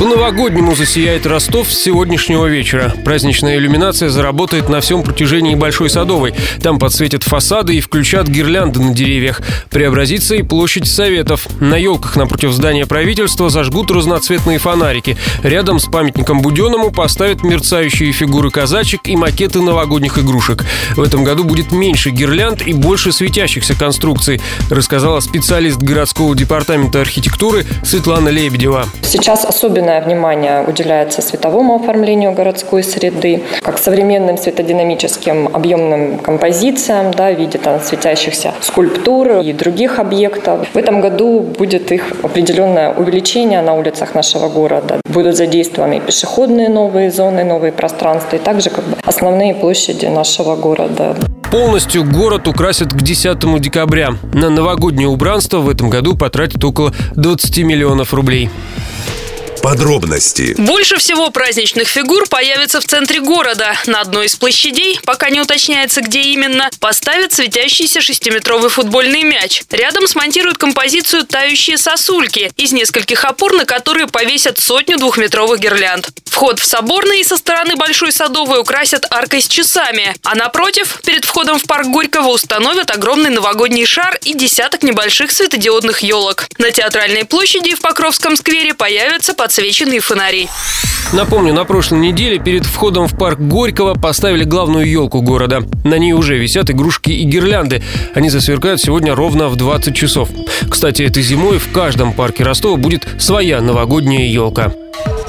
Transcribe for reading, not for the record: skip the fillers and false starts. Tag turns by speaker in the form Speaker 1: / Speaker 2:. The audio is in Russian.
Speaker 1: По-новогоднему засияет Ростов с сегодняшнего вечера. Праздничная иллюминация заработает на всем протяжении Большой Садовой. Там подсветят фасады и включат гирлянды на деревьях. Преобразится и площадь Советов. На елках напротив здания правительства зажгут разноцветные фонарики. Рядом с памятником Буденному поставят мерцающие фигуры казачек и макеты новогодних игрушек. В этом году будет меньше гирлянд и больше светящихся конструкций, рассказала специалист городского департамента архитектуры Светлана Лебедева.
Speaker 2: Сейчас особенное внимание уделяется световому оформлению городской среды, как современным светодинамическим объемным композициям, в виде светящихся скульптур и других объектов. В этом году будет их определенное увеличение на улицах нашего города. Будут задействованы пешеходные новые зоны, новые пространства и также основные площади нашего города.
Speaker 1: Полностью город украсят к 10 декабря. На новогоднее убранство в этом году потратят около 20 миллионов рублей.
Speaker 3: Подробности.
Speaker 4: Больше всего праздничных фигур появится в центре города. На одной из площадей, пока не уточняется, где именно, поставят светящийся 6-метровый футбольный мяч. Рядом смонтируют композицию «Тающие сосульки» из нескольких опор, на которые повесят 100 2-метровых гирлянд. Вход в Соборный со стороны Большой Садовой украсят аркой с часами. А напротив, перед входом в парк Горького установят огромный новогодний шар и десяток небольших светодиодных елок. На Театральной площади и в Покровском сквере появятся подсвеченные фонари.
Speaker 1: Напомню, на прошлой неделе перед входом в парк Горького поставили главную елку города. На ней уже висят игрушки и гирлянды. Они засверкают сегодня ровно в 20 часов. Кстати, этой зимой в каждом парке Ростова будет своя новогодняя елка.